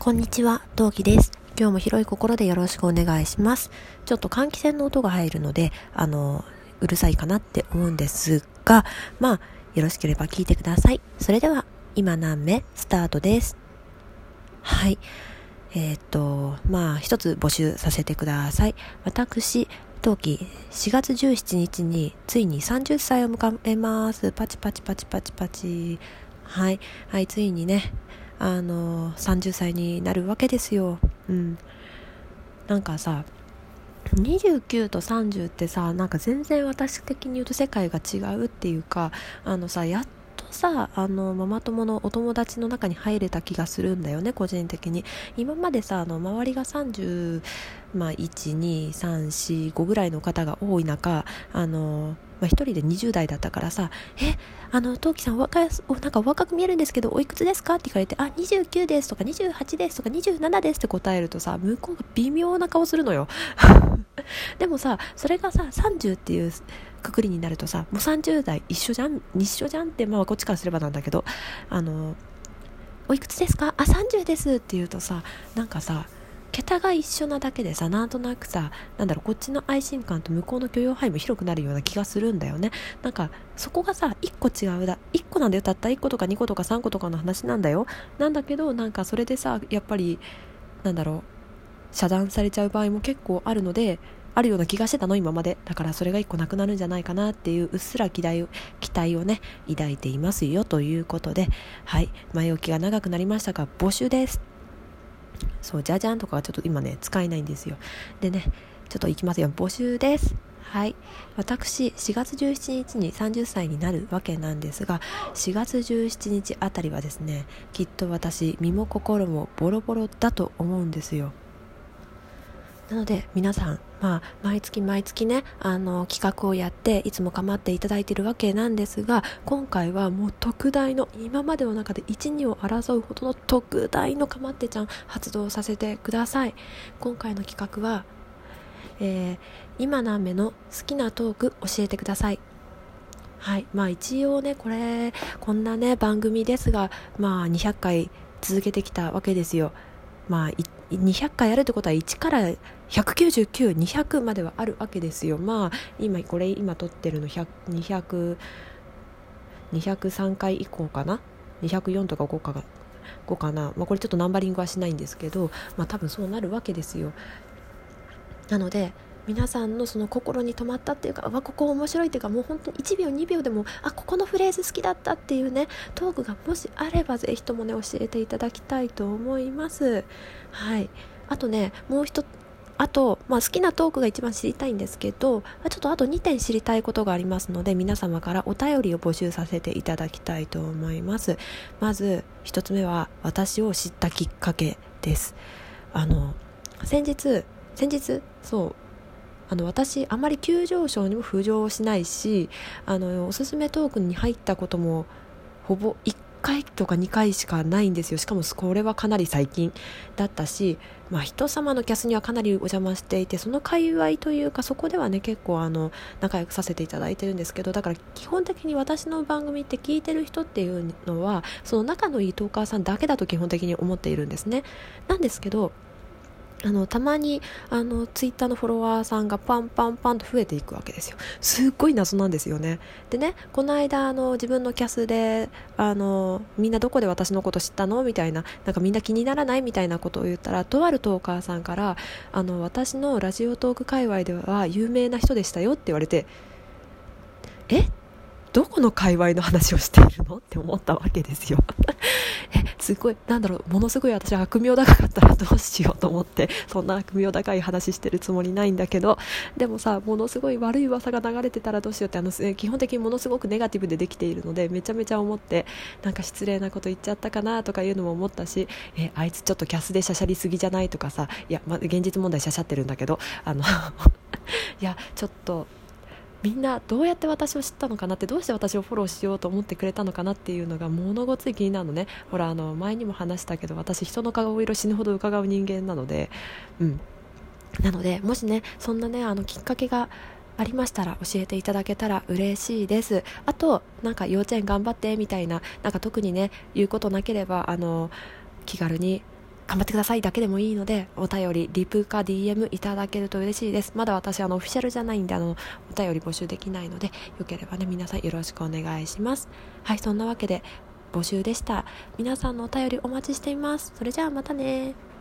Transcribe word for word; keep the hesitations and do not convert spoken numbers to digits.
こんにちは、トウキです。今日も広い心でよろしくお願いします。ちょっと換気扇の音が入るので、あの、うるさいかなって思うんですが、まあ、よろしければ聞いてください。それでは、今何目スタートです。はい。えー、っと、まあ、一つ募集させてください。私、トウキ、しがつじゅうしちにちについにさんじゅっさいを迎えます。パチパチパチパチパチ。はい。はい、ついにね、あのさんじゅっさいになるわけですよ。うん。なんかさ、にじゅうきゅうとさんじゅうってさ、なんか全然私的に言うと世界が違うっていうか、あのさ、やっとさ、あのママ友のお友達の中に入れた気がするんだよね、個人的に。今までさ、あの周りがさんじゅう、まあ、いち、に、さん、よん、ごぐらいの方が多い中、あのまあ、一人でにじゅう代だったからさ、え、あの、トウキさんお若い、お、なんかお若く見えるんですけど、おいくつですかって聞かれて、あ、にじゅうきゅうですとかにじゅうはちですとかにじゅうななですって答えるとさ、向こうが微妙な顔するのよ。でもさ、それがさ、さんじゅうっていうくくりになるとさ、もうさんじゅう代一緒じゃん、一緒じゃんって、まあこっちからすればなんだけど、あの、おいくつですか？あ、さんじゅうですって言うとさ、なんかさ、桁が一緒なだけでさ、なんとなくさ、なんだろう、こっちの愛心感と向こうの許容範囲も広くなるような気がするんだよね。なんかそこがさ、いっこ違うだ、いっこなんだよ、たったいっことかにことかさんことかの話なんだよ。なんだけど、なんかそれでさ、やっぱりなんだろう、遮断されちゃう場合も結構あるので、あるような気がしてたの今まで。だからそれがいっこなくなるんじゃないかなっていううっすら期待を期待をね抱いていますよということで、はい、前置きが長くなりましたが募集です。そう、じゃじゃんとかはちょっと今ね使えないんですよ。でね、ちょっといきますよ。募集です。はい、私しがつじゅうしちにちにさんじゅっさいになるわけなんですが、しがつじゅうしちにちあたりはですね、きっと私身も心もボロボロだと思うんですよ。なので皆さん、まあ、毎月毎月ね、あの企画をやっていつも構っていただいているわけなんですが、今回はもう特大の、今までの中でいち、にを争うほどの特大のかまってちゃん発動させてください。今回の企画は、えー、今何目の好きなトーク教えてください。はい、まあ一応ね、これこんなね番組ですが、まあにひゃっかい続けてきたわけですよ。まあにひゃっかいあるってことはいちからひゃくきゅうじゅうきゅう、にひゃくまではあるわけですよ。まあ今これ今撮ってるのひゃく、にひゃく、にひゃくさんかい以降かな、にひゃくよんとかごかがごかな、まあ、これちょっとナンバリングはしないんですけど、まあ多分そうなるわけですよ。なので皆さんのその心に留まったっていうか、わここ面白いっていうか、もう本当にいちびょうにびょうでも、あ、ここのフレーズ好きだったっていうねトークがもしあれば、ぜひともね教えていただきたいと思います。はい。あとね、もう一つ、あと、まあ、好きなトークが一番知りたいんですけど、ちょっとあとにてん知りたいことがありますので、皆様からお便りを募集させていただきたいと思います。まず一つ目は、私を知ったきっかけです。あの先日先日そうあの私あまり急上昇にも浮上しないし、あのおすすめトークに入ったこともほぼいっかいとかにかいしかないんですよ。しかもこれはかなり最近だったし、まあ、人様のキャスにはかなりお邪魔していて、その界隈というかそこではね結構あの仲良くさせていただいてるんですけど、だから基本的に私の番組って聞いてる人っていうのはその仲のいいトーカーさんだけだと基本的に思っているんですね。なんですけど、あのたまにあのツイッターのフォロワーさんがパンパンパンと増えていくわけですよ。すっごい謎なんですよね。でね、この間あの自分のキャスであのみんなどこで私のこと知ったのみたいな、なんかみんな気にならないみたいなことを言ったら、とあるトーカーさんから、あの私のラジオトーク界隈では有名な人でしたよって言われて、え、どこの界隈の話をしているのって思ったわけですよ。え、すごい、なんだろう、ものすごい私は悪名高かったらどうしようと思って、そんな悪名高い話してるつもりないんだけど、でもさ、ものすごい悪い噂が流れてたらどうしようって、あの基本的にものすごくネガティブでできているので、めちゃめちゃ思って、なんか失礼なこと言っちゃったかなとかいうのも思ったし、え、あいつちょっとキャスでしゃしゃりすぎじゃないとかさ、いや、ま、現実問題しゃしゃってるんだけど、あのいやちょっとみんなどうやって私を知ったのかなって、どうして私をフォローしようと思ってくれたのかなっていうのがものごつい気になるのね。ほら、あの前にも話したけど、私人の顔色死ぬほど伺う人間なので、うんなので、もしねそんなねあのきっかけがありましたら教えていただけたら嬉しいです。あと、なんか幼稚園頑張ってみたいな、なんか特にね言うことなければ、あの気軽に頑張ってくださいだけでもいいので、お便りリプか ディーエム いただけると嬉しいです。まだ私あのオフィシャルじゃないんで、あのお便り募集できないので、よければね皆さんよろしくお願いします。はい、そんなわけで募集でした。皆さんのお便りお待ちしています。それじゃあまたね。